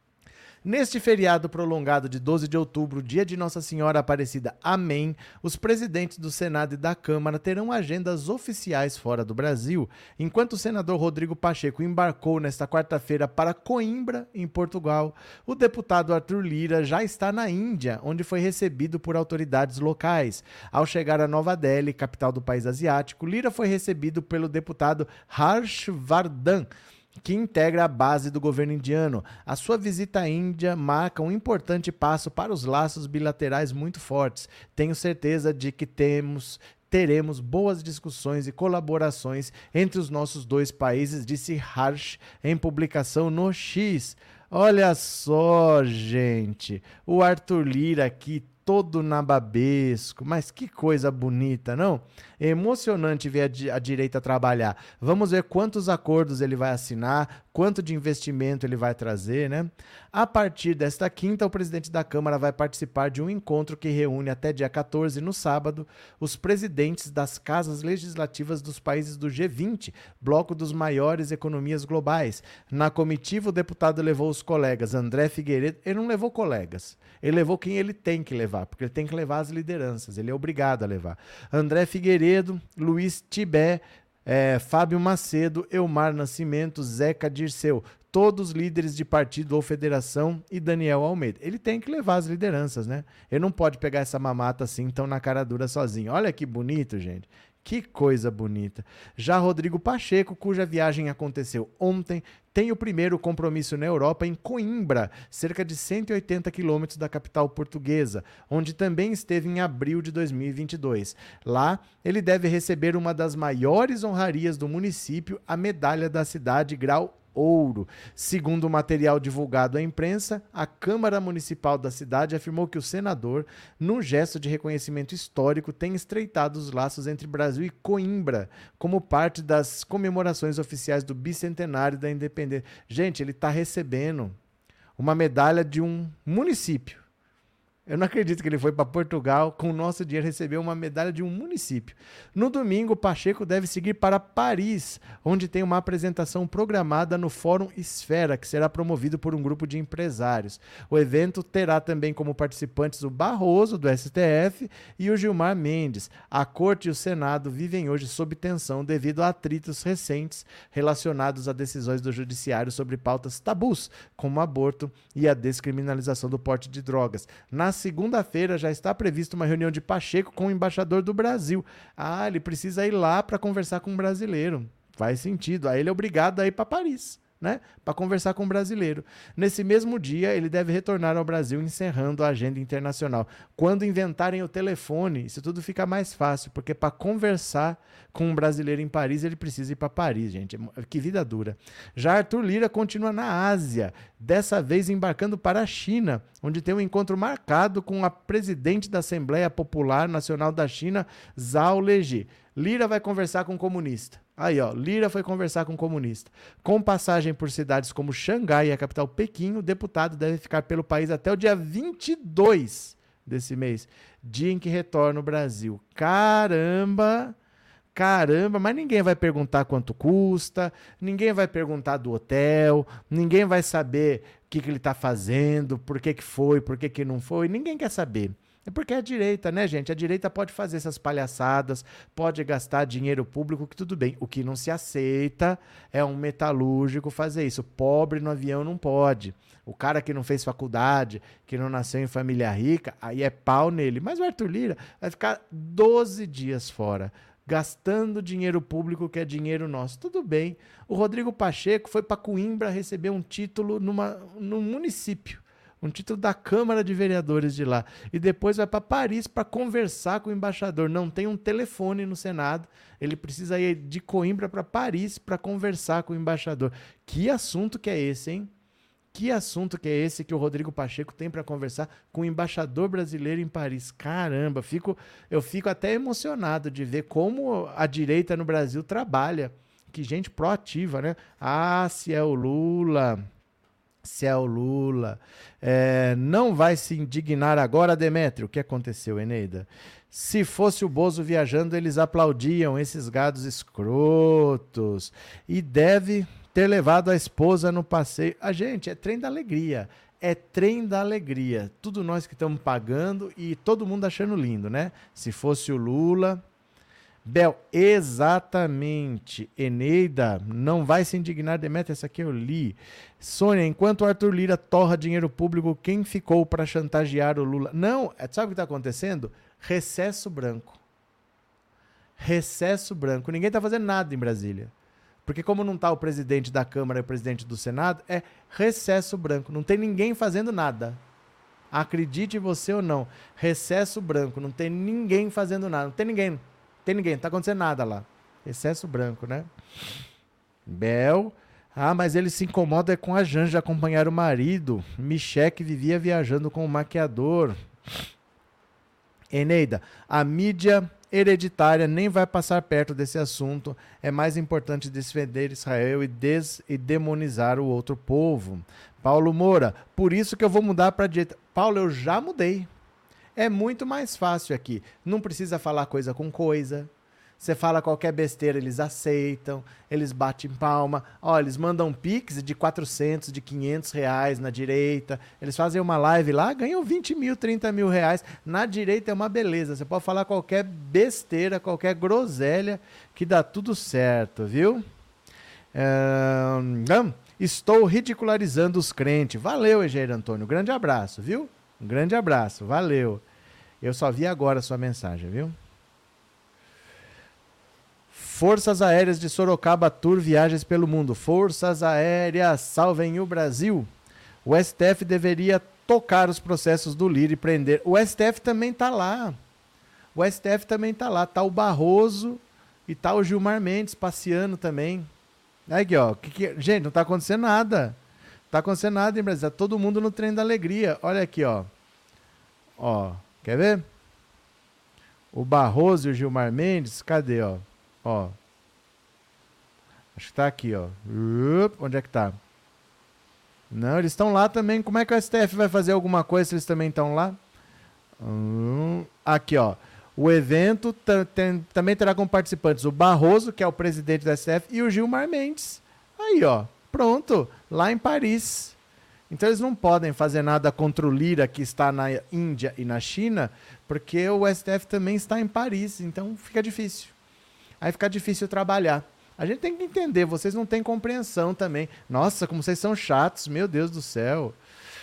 Neste feriado prolongado de 12 de outubro, dia de Nossa Senhora Aparecida, amém, os presidentes do Senado e da Câmara terão agendas oficiais fora do Brasil, enquanto o senador Rodrigo Pacheco embarcou nesta quarta-feira para Coimbra, em Portugal. O deputado Arthur Lira já está na Índia, onde foi recebido por autoridades locais. Ao chegar a Nova Delhi, capital do país asiático, Lira foi recebido pelo deputado Harsh Vardhan, que integra a base do governo indiano. A sua visita à Índia marca um importante passo para os laços bilaterais muito fortes. Tenho certeza de que teremos boas discussões e colaborações entre os nossos dois países, disse Harsh em publicação no X. Olha só, gente, o Arthur Lira aqui todo nababesco, mas que coisa bonita, não? É emocionante ver a direita trabalhar. Vamos ver quantos acordos ele vai assinar, quanto de investimento ele vai trazer, né? A partir desta quinta, o presidente da Câmara vai participar de um encontro que reúne até dia 14, no sábado, os presidentes das casas legislativas dos países do G20, bloco dos maiores economias globais. Na comitiva, o deputado levou os colegas André Figueiredo, ele não levou colegas, ele levou quem ele tem que levar, porque ele tem que levar as lideranças, ele é obrigado a levar. André Figueiredo, Luiz Tibé, Fábio Macedo, Elmar Nascimento, Zeca Dirceu, todos líderes de partido ou federação, e Daniel Almeida. Ele tem que levar as lideranças, né? Ele não pode pegar essa mamata assim, tão na cara dura sozinho. Olha que bonito, gente. Que coisa bonita. Já Rodrigo Pacheco, cuja viagem aconteceu ontem, tem o primeiro compromisso na Europa em Coimbra, cerca de 180 quilômetros da capital portuguesa, onde também esteve em abril de 2022. Lá, ele deve receber uma das maiores honrarias do município, a medalha da cidade grau Ouro. Segundo o material divulgado à imprensa, a Câmara Municipal da cidade afirmou que o senador, num gesto de reconhecimento histórico, tem estreitado os laços entre Brasil e Coimbra, como parte das comemorações oficiais do bicentenário da independência. Gente, ele está recebendo uma medalha de um município. Eu não acredito que ele foi para Portugal, com o nosso dinheiro, recebeu uma medalha de um município. No domingo, Pacheco deve seguir para Paris, onde tem uma apresentação programada no Fórum Esfera, que será promovido por um grupo de empresários. O evento terá também como participantes o Barroso, do STF, e o Gilmar Mendes. A Corte e o Senado vivem hoje sob tensão devido a atritos recentes relacionados a decisões do Judiciário sobre pautas tabus, como o aborto e a descriminalização do porte de drogas. Na segunda-feira já está prevista uma reunião de Pacheco com o embaixador do Brasil. Ele precisa ir lá para conversar com um brasileiro. Faz sentido. Aí ele é obrigado a ir para Paris. né, para conversar com o brasileiro. Nesse mesmo dia, ele deve retornar ao Brasil, encerrando a agenda internacional. Quando inventarem o telefone, isso tudo fica mais fácil, porque para conversar com um brasileiro em Paris, ele precisa ir para Paris, gente. Que vida dura. Já Arthur Lira continua na Ásia, dessa vez embarcando para a China, onde tem um encontro marcado com a presidente da Assembleia Popular Nacional da China, Zhao Leji. Lira vai conversar com um comunista. Aí, ó, Lira foi conversar com um comunista. Com passagem por cidades como Xangai e a capital Pequim, o deputado deve ficar pelo país até o dia 22 desse mês, dia em que retorna ao Brasil. Caramba, mas ninguém vai perguntar quanto custa, ninguém vai perguntar do hotel, ninguém vai saber o que ele está fazendo, por que foi, por que não foi, ninguém quer saber. É porque é a direita, né, gente? A direita pode fazer essas palhaçadas, pode gastar dinheiro público, que tudo bem. O que não se aceita é um metalúrgico fazer isso. Pobre no avião não pode. O cara que não fez faculdade, que não nasceu em família rica, aí é pau nele. Mas o Arthur Lira vai ficar 12 dias fora, gastando dinheiro público, que é dinheiro nosso. Tudo bem. O Rodrigo Pacheco foi para Coimbra receber um título num município. Um título da Câmara de Vereadores de lá. E depois vai para Paris para conversar com o embaixador. Não tem um telefone no Senado. Ele precisa ir de Coimbra para Paris para conversar com o embaixador. Que assunto que é esse, hein? Que assunto que é esse que o Rodrigo Pacheco tem para conversar com o embaixador brasileiro em Paris? Caramba, eu fico até emocionado de ver como a direita no Brasil trabalha. Que gente proativa, né? Ah, se é o Lula... não vai se indignar agora, Demétrio. O que aconteceu, Eneida? Se fosse o Bozo viajando, eles aplaudiam esses gados escrotos. E deve ter levado a esposa no passeio. Gente, é trem da alegria. É trem da alegria. Tudo nós que estamos pagando e todo mundo achando lindo, né? Se fosse o Lula... Bel, exatamente. Eneida, não vai se indignar, Demétrio, essa aqui eu li. Sônia, enquanto o Arthur Lira torra dinheiro público, quem ficou para chantagear o Lula? Não, sabe o que está acontecendo? Recesso branco. Recesso branco. Ninguém está fazendo nada em Brasília. Porque como não está o presidente da Câmara e o presidente do Senado, é recesso branco. Não tem ninguém fazendo nada. Acredite você ou não. Recesso branco. Não tem ninguém fazendo nada. Não tem ninguém, não tá acontecendo nada lá. Excesso branco, né? Bel. Mas ele se incomoda com a Janja acompanhar o marido. Michele vivia viajando com o maquiador. Eneida, a mídia hereditária nem vai passar perto desse assunto. É mais importante defender Israel e demonizar o outro povo. Paulo Moura, por isso que eu vou mudar para a direita. Paulo, eu já mudei. É muito mais fácil aqui. Não precisa falar coisa com coisa. Você fala qualquer besteira, eles aceitam, eles batem palma. Eles mandam pix de 400, de 500 reais na direita. Eles fazem uma live lá, ganham 20 mil, 30 mil reais. Na direita é uma beleza. Você pode falar qualquer besteira, qualquer groselha, que dá tudo certo, viu? Estou ridicularizando os crentes. Valeu, Egeir Antônio. Grande abraço, viu? Um grande abraço, valeu. Eu só vi agora a sua mensagem, viu? Forças Aéreas de Sorocaba Tour viagens pelo mundo. Forças Aéreas, salvem o Brasil. O STF deveria tocar os processos do Lira e prender. O STF também tá lá. Tá o Barroso e tá o Gilmar Mendes passeando também. Aqui, ó. Gente, não tá acontecendo nada. Tá acontecendo nada em Brasília. Tá todo mundo no trem da alegria. Olha aqui, ó. Quer ver? O Barroso e o Gilmar Mendes. Cadê, ó? Acho que tá aqui, ó. Onde é que tá? Não, eles estão lá também. Como é que o STF vai fazer alguma coisa se eles também estão lá? Aqui, ó. O evento também terá como participantes o Barroso, que é o presidente do STF, e o Gilmar Mendes. Aí, ó. Pronto, lá em Paris. Então eles não podem fazer nada contra o Lira, que está na Índia e na China, porque o STF também está em Paris, então fica difícil. Aí fica difícil trabalhar. A gente tem que entender, vocês não têm compreensão também. Nossa, como vocês são chatos, meu Deus do céu.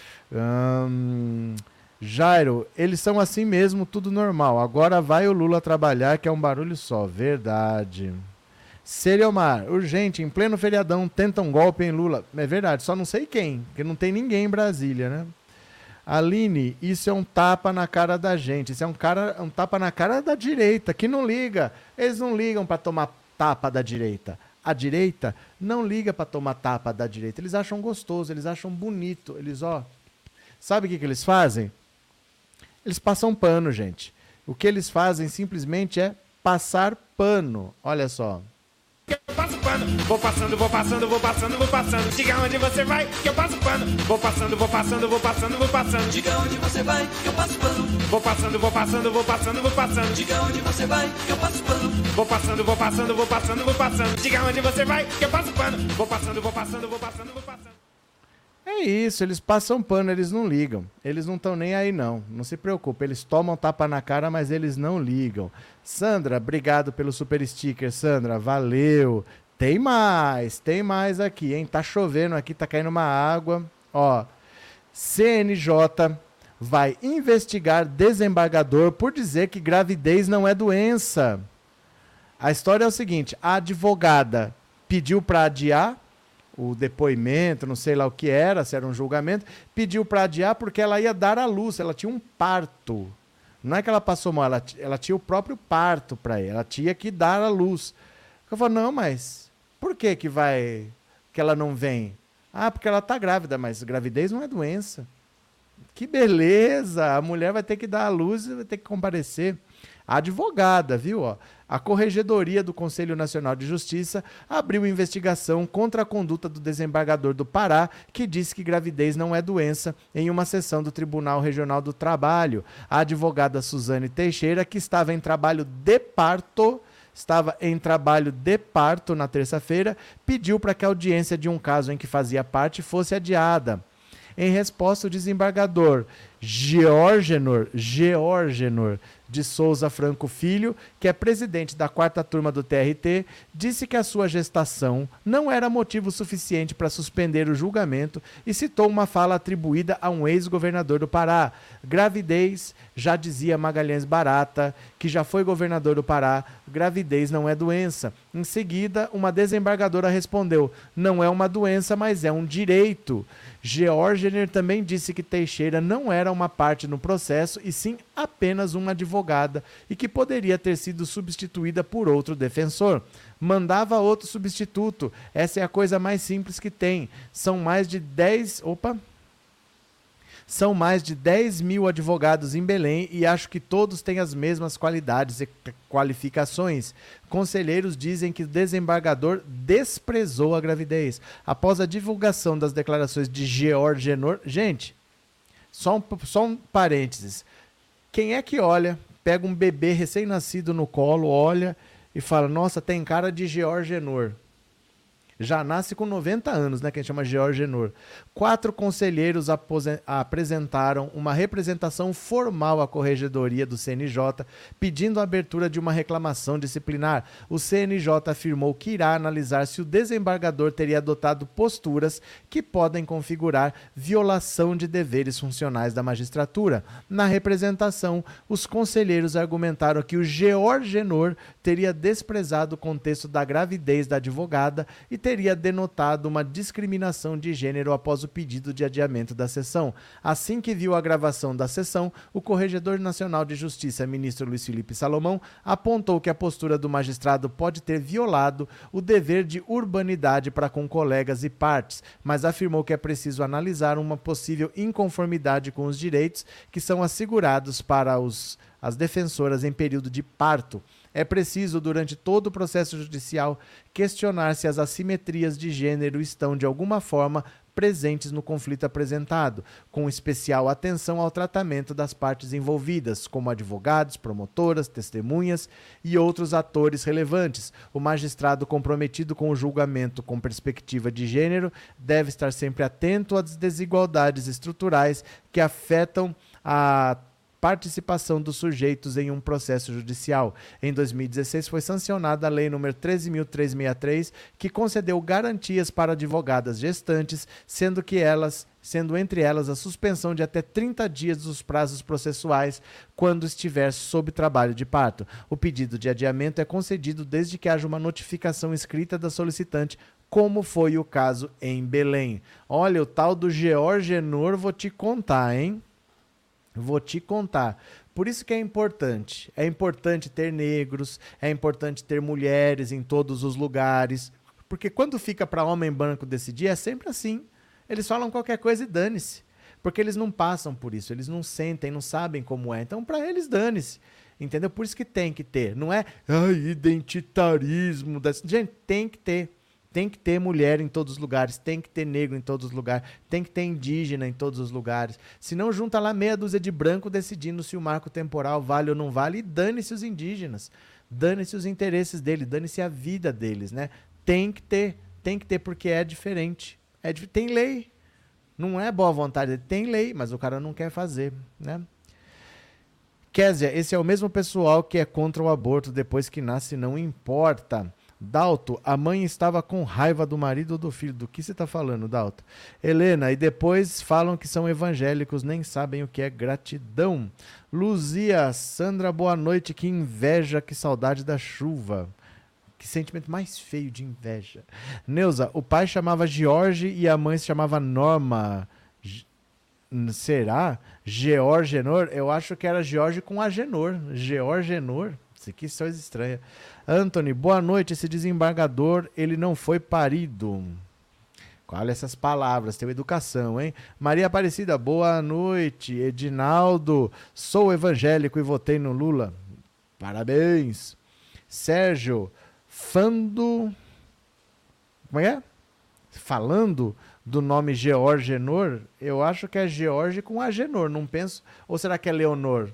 Jairo, eles são assim mesmo, tudo normal. Agora vai o Lula trabalhar, que é um barulho só. Verdade. Seriomar, urgente, em pleno feriadão, tenta um golpe em Lula. É verdade, só não sei quem, porque não tem ninguém em Brasília, né? Aline, isso é um tapa na cara da gente. Isso é um tapa na cara da direita, que não liga. Eles não ligam para tomar tapa da direita. A direita não liga para tomar tapa da direita. Eles acham gostoso, eles acham bonito. Eles, sabe o que eles fazem? Eles passam pano, gente. O que eles fazem simplesmente é passar pano. Olha só. Eu passo pano, vou passando, vou passando, vou passando, vou passando. Diga onde você vai, que eu passo pano. Vou passando, vou passando, vou passando, vou passando. Diga onde você vai, que eu passo pano. Vou passando, vou passando, vou passando, vou passando. Diga onde você vai, que eu passo pano. Vou passando, vou passando, vou passando, vou passando. Diga onde você vai, que eu passo pano. Vou passando, vou passando, vou passando, vou passando. É isso, eles passam pano, eles não ligam. Eles não estão nem aí, não. Não se preocupe, eles tomam tapa na cara, mas eles não ligam. Sandra, obrigado pelo super sticker, Sandra, valeu. Tem mais aqui, hein? Tá chovendo aqui, tá caindo uma água. CNJ vai investigar desembargador por dizer que gravidez não é doença. A história é o seguinte, a advogada pediu para adiar o depoimento, não sei lá o que era, se era um julgamento, pediu para adiar porque ela ia dar à luz, ela tinha um parto. Não é que ela passou mal, ela tinha o próprio parto para ela tinha que dar à luz. Eu falo, não, mas por que ela não vem? Ah, porque ela tá grávida, mas gravidez não é doença. Que beleza, a mulher vai ter que dar à luz e vai ter que comparecer. A advogada, viu? A Corregedoria do Conselho Nacional de Justiça abriu investigação contra a conduta do desembargador do Pará, que disse que gravidez não é doença, em uma sessão do Tribunal Regional do Trabalho. A advogada Suzane Teixeira, que estava em trabalho de parto na terça-feira, pediu para que a audiência de um caso em que fazia parte fosse adiada. Em resposta, o desembargador Georgenor de Souza Franco Filho, que é presidente da 4ª turma do TRT, disse que a sua gestação não era motivo suficiente para suspender o julgamento e citou uma fala atribuída a um ex-governador do Pará. Gravidez, já dizia Magalhães Barata, que já foi governador do Pará, gravidez não é doença. Em seguida, uma desembargadora respondeu, não é uma doença, mas é um direito. Georgener também disse que Teixeira não era uma parte no processo e sim apenas uma advogada e que poderia ter sido substituída por outro defensor. Mandava outro substituto. Essa é a coisa mais simples que tem. São mais de 10 mil advogados em Belém e acho que todos têm as mesmas qualidades e qualificações. Conselheiros dizem que o desembargador desprezou a gravidez. Após a divulgação das declarações de Georgenor... Gente, só um parênteses. Quem é que olha, pega um bebê recém-nascido no colo, olha e fala, nossa, tem cara de Georgenor. Já nasce com 90 anos, né, que a gente chama Georgenor. 4 conselheiros apresentaram uma representação formal à Corregedoria do CNJ, pedindo a abertura de uma reclamação disciplinar. O CNJ afirmou que irá analisar se o desembargador teria adotado posturas que podem configurar violação de deveres funcionais da magistratura. Na representação, os conselheiros argumentaram que o Georgenor teria desprezado o contexto da gravidez da advogada e teria denotado uma discriminação de gênero após o pedido de adiamento da sessão. Assim que viu a gravação da sessão, o Corregedor Nacional de Justiça, ministro Luiz Felipe Salomão, apontou que a postura do magistrado pode ter violado o dever de urbanidade para com colegas e partes, mas afirmou que é preciso analisar uma possível inconformidade com os direitos que são assegurados para as defensoras em período de parto. É preciso, durante todo o processo judicial, questionar se as assimetrias de gênero estão, de alguma forma, presentes no conflito apresentado, com especial atenção ao tratamento das partes envolvidas, como advogados, promotoras, testemunhas e outros atores relevantes. O magistrado comprometido com o julgamento com perspectiva de gênero deve estar sempre atento às desigualdades estruturais que afetam a participação dos sujeitos em um processo judicial. Em 2016 foi sancionada a Lei nº 13.363, que concedeu garantias para advogadas gestantes, sendo entre elas a suspensão de até 30 dias dos prazos processuais quando estiver sob trabalho de parto. O pedido de adiamento é concedido desde que haja uma notificação escrita da solicitante, como foi o caso em Belém. Olha, o tal do Georgenor, vou te contar, hein? Vou te contar. Por isso que é importante. É importante ter negros, é importante ter mulheres em todos os lugares. Porque quando fica para homem branco decidir, é sempre assim. Eles falam qualquer coisa e dane-se. Porque eles não passam por isso, eles não sentem, não sabem como é. Então, para eles, dane-se. Entendeu? Por isso que tem que ter. Não é identitarismo. Gente, tem que ter. Tem que ter mulher em todos os lugares, tem que ter negro em todos os lugares, tem que ter indígena em todos os lugares. Senão junta lá meia dúzia de branco decidindo se o marco temporal vale ou não vale, e dane-se os indígenas, dane-se os interesses deles, dane-se a vida deles, né? Tem que ter porque é diferente. Tem lei, não é boa vontade, tem lei, mas o cara não quer fazer, né? Kézia, esse é o mesmo pessoal que é contra o aborto, depois que nasce não importa. Dalto, a mãe estava com raiva do marido ou do filho. Do que você está falando, Dalto? Helena, e depois falam que são evangélicos, nem sabem o que é gratidão. Luzia, Sandra, boa noite. Que inveja, que saudade da chuva. Que sentimento mais feio de inveja. Neuza, o pai chamava Jorge e a mãe se chamava Norma. Será? Georgenor? Eu acho que era Jorge com Agenor. Georgenor? Que coisa estranha. Anthony, boa noite. Esse desembargador, ele não foi parido. Olha essas palavras, tem educação, hein? Maria Aparecida, boa noite. Edinaldo, sou evangélico e votei no Lula. Parabéns. Sérgio, Como é? Falando do nome Georgenor, eu acho que é George com Agenor, não penso. Ou será que é Leonor?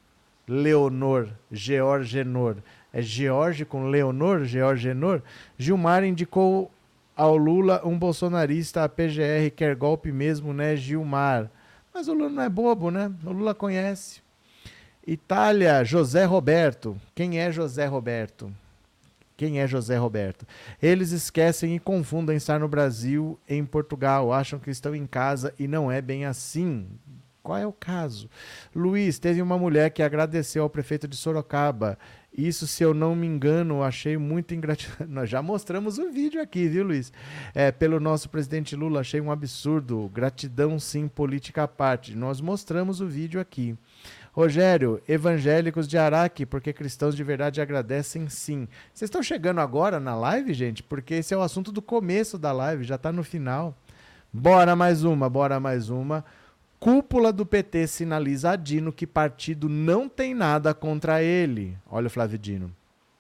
Leonor, Georgenor. É George com Leonor, Georgenor? Gilmar indicou ao Lula um bolsonarista, a PGR quer golpe mesmo, né, Gilmar? Mas o Lula não é bobo, né? O Lula conhece. Itália, José Roberto. Quem é José Roberto? Quem é José Roberto? Eles esquecem e confundem estar no Brasil e em Portugal. Acham que estão em casa e não é bem assim. Qual é o caso? Luiz, teve uma mulher que agradeceu ao prefeito de Sorocaba. Isso, se eu não me engano, achei muito ingratidão. Nós já mostramos o vídeo aqui, viu, Luiz? Pelo nosso presidente Lula, achei um absurdo. Gratidão, sim, política à parte. Nós mostramos o vídeo aqui. Rogério, evangélicos de Araque, porque cristãos de verdade agradecem, sim. Vocês estão chegando agora na live, gente? Porque esse é o assunto do começo da live, já está no final. Bora mais uma, bora mais uma. Cúpula do PT sinaliza a Dino que partido não tem nada contra ele. Olha o Flávio Dino.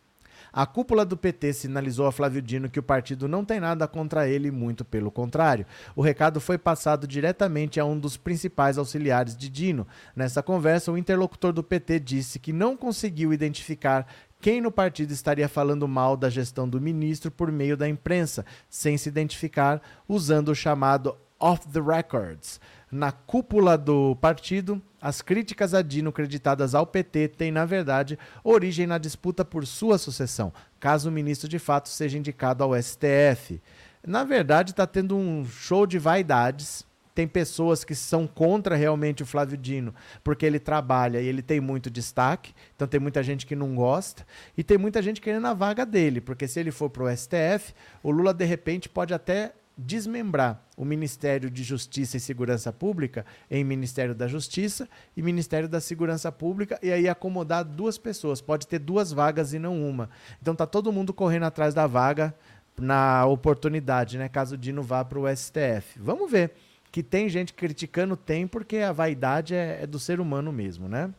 A cúpula do PT sinalizou a Flávio Dino que o partido não tem nada contra ele, muito pelo contrário. O recado foi passado diretamente a um dos principais auxiliares de Dino. Nessa conversa, o interlocutor do PT disse que não conseguiu identificar quem no partido estaria falando mal da gestão do ministro por meio da imprensa, sem se identificar, usando o chamado off the records. Na cúpula do partido, as críticas a Dino creditadas ao PT têm, na verdade, origem na disputa por sua sucessão, caso o ministro de fato seja indicado ao STF. Na verdade, está tendo um show de vaidades. Tem pessoas que são contra realmente o Flávio Dino, porque ele trabalha e ele tem muito destaque, então tem muita gente que não gosta, e tem muita gente querendo a vaga dele, porque se ele for para o STF, o Lula, de repente, pode até desmembrar o Ministério de Justiça e Segurança Pública em Ministério da Justiça e Ministério da Segurança Pública, e aí acomodar duas pessoas. Pode ter duas vagas e não uma. Então tá todo mundo correndo atrás da vaga na oportunidade, né? Caso o Dino vá para o STF. Vamos ver. Que tem gente criticando, tem, porque a vaidade é do ser humano mesmo, né?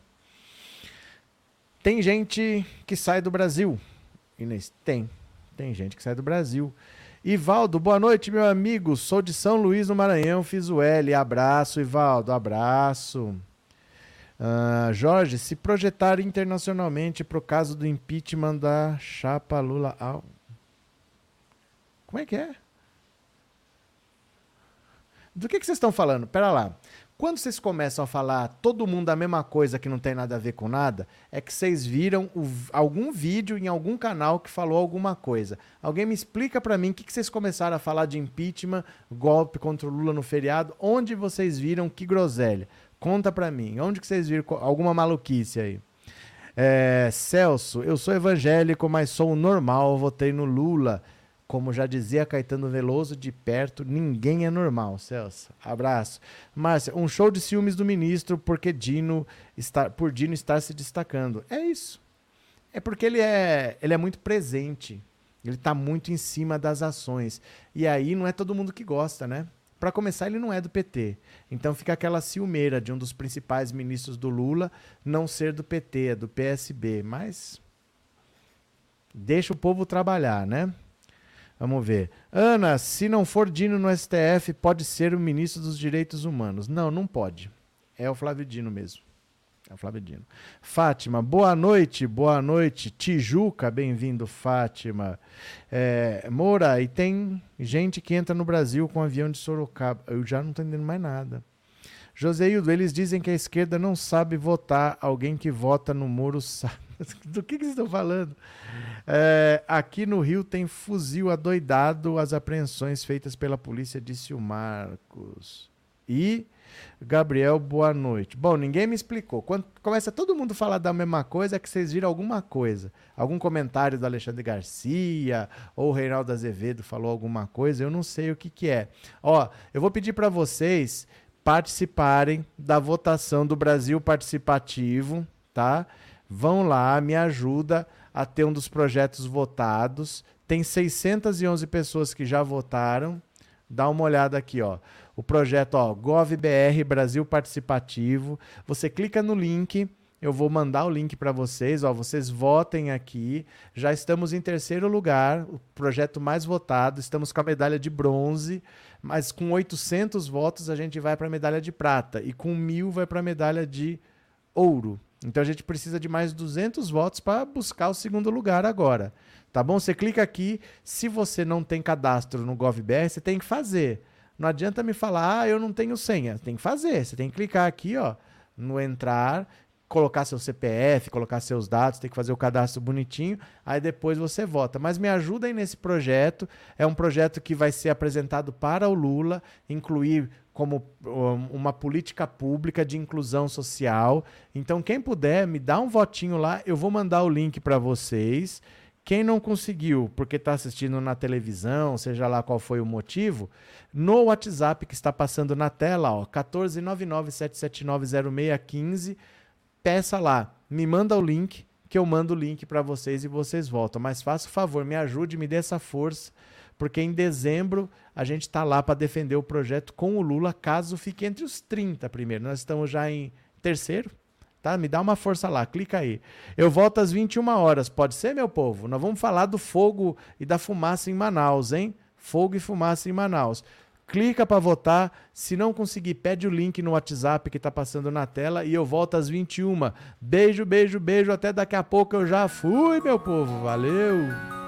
Tem gente que sai do Brasil. Inês, tem gente que sai do Brasil. Ivaldo, boa noite, meu amigo. Sou de São Luís, no Maranhão, fiz o L. Abraço, Ivaldo, abraço. Jorge, se projetar internacionalmente para o caso do impeachment da chapa Lula... Como é que é? Do que vocês estão falando? Pera lá. Quando vocês começam a falar todo mundo a mesma coisa que não tem nada a ver com nada, é que vocês viram algum vídeo em algum canal que falou alguma coisa. Alguém me explica pra mim o que vocês começaram a falar de impeachment, golpe contra o Lula no feriado, onde vocês viram que groselha? Conta pra mim, onde que vocês viram alguma maluquice aí? Celso, eu sou evangélico, mas sou normal, votei no Lula. Como já dizia Caetano Veloso, de perto ninguém é normal, Celso. Abraço. Márcia, um show de ciúmes do ministro por Dino estar se destacando. É isso. É porque ele é muito presente. Ele está muito em cima das ações. E aí não é todo mundo que gosta, né? Para começar, ele não é do PT. Então fica aquela ciumeira de um dos principais ministros do Lula não ser do PT, é do PSB. Mas deixa o povo trabalhar, né? Vamos ver. Ana, se não for Dino no STF, pode ser o ministro dos Direitos Humanos. Não, não pode. É o Flávio Dino mesmo. É o Flávio Dino. Fátima, boa noite, boa noite. Tijuca, bem-vindo, Fátima. Moura, e tem gente que entra no Brasil com avião de Sorocaba. Eu já não estou entendendo mais nada. Joseildo, eles dizem que a esquerda não sabe votar. Alguém que vota no Moro sabe. Do que vocês estão falando? Aqui no Rio tem fuzil adoidado, as apreensões feitas pela polícia, disse o Marcos. E Gabriel, boa noite. Bom, ninguém me explicou. Quando começa todo mundo a falar da mesma coisa, é que vocês viram alguma coisa. Algum comentário do Alexandre Garcia ou o Reinaldo Azevedo falou alguma coisa, eu não sei o que é. Ó, eu vou pedir para vocês participarem da votação do Brasil Participativo, tá? Vão lá, me ajuda a ter um dos projetos votados. Tem 611 pessoas que já votaram. Dá uma olhada aqui, ó. O projeto, ó, GovBR Brasil Participativo. Você clica no link, eu vou mandar o link para vocês, ó. Vocês votem aqui. Já estamos em terceiro lugar, o projeto mais votado. Estamos com a medalha de bronze, mas com 800 votos a gente vai para a medalha de prata e com 1.000 vai para a medalha de ouro. Então a gente precisa de mais 200 votos para buscar o segundo lugar agora. Tá bom? Você clica aqui. Se você não tem cadastro no GovBR, você tem que fazer. Não adianta me falar, eu não tenho senha. Tem que fazer. Você tem que clicar aqui, ó, no entrar, colocar seu CPF, colocar seus dados, tem que fazer o cadastro bonitinho, aí depois você vota. Mas me ajuda aí nesse projeto. É um projeto que vai ser apresentado para o Lula, incluir como uma política pública de inclusão social. Então, quem puder, me dá um votinho lá, eu vou mandar o link para vocês. Quem não conseguiu, porque está assistindo na televisão, seja lá qual foi o motivo, no WhatsApp que está passando na tela, ó, 14997790615, peça lá, me manda o link, que eu mando o link para vocês e vocês votam. Mas faça o favor, me ajude, me dê essa força, porque em dezembro a gente está lá para defender o projeto com o Lula, caso fique entre os 30 primeiro. Nós estamos já em terceiro, tá? Me dá uma força lá, clica aí. Eu volto às 21 horas, pode ser, meu povo? Nós vamos falar do fogo e da fumaça em Manaus, hein? Fogo e fumaça em Manaus. Clica para votar, se não conseguir, pede o link no WhatsApp que está passando na tela e eu volto às 21. Beijo, beijo, beijo, até daqui a pouco eu já fui, meu povo. Valeu!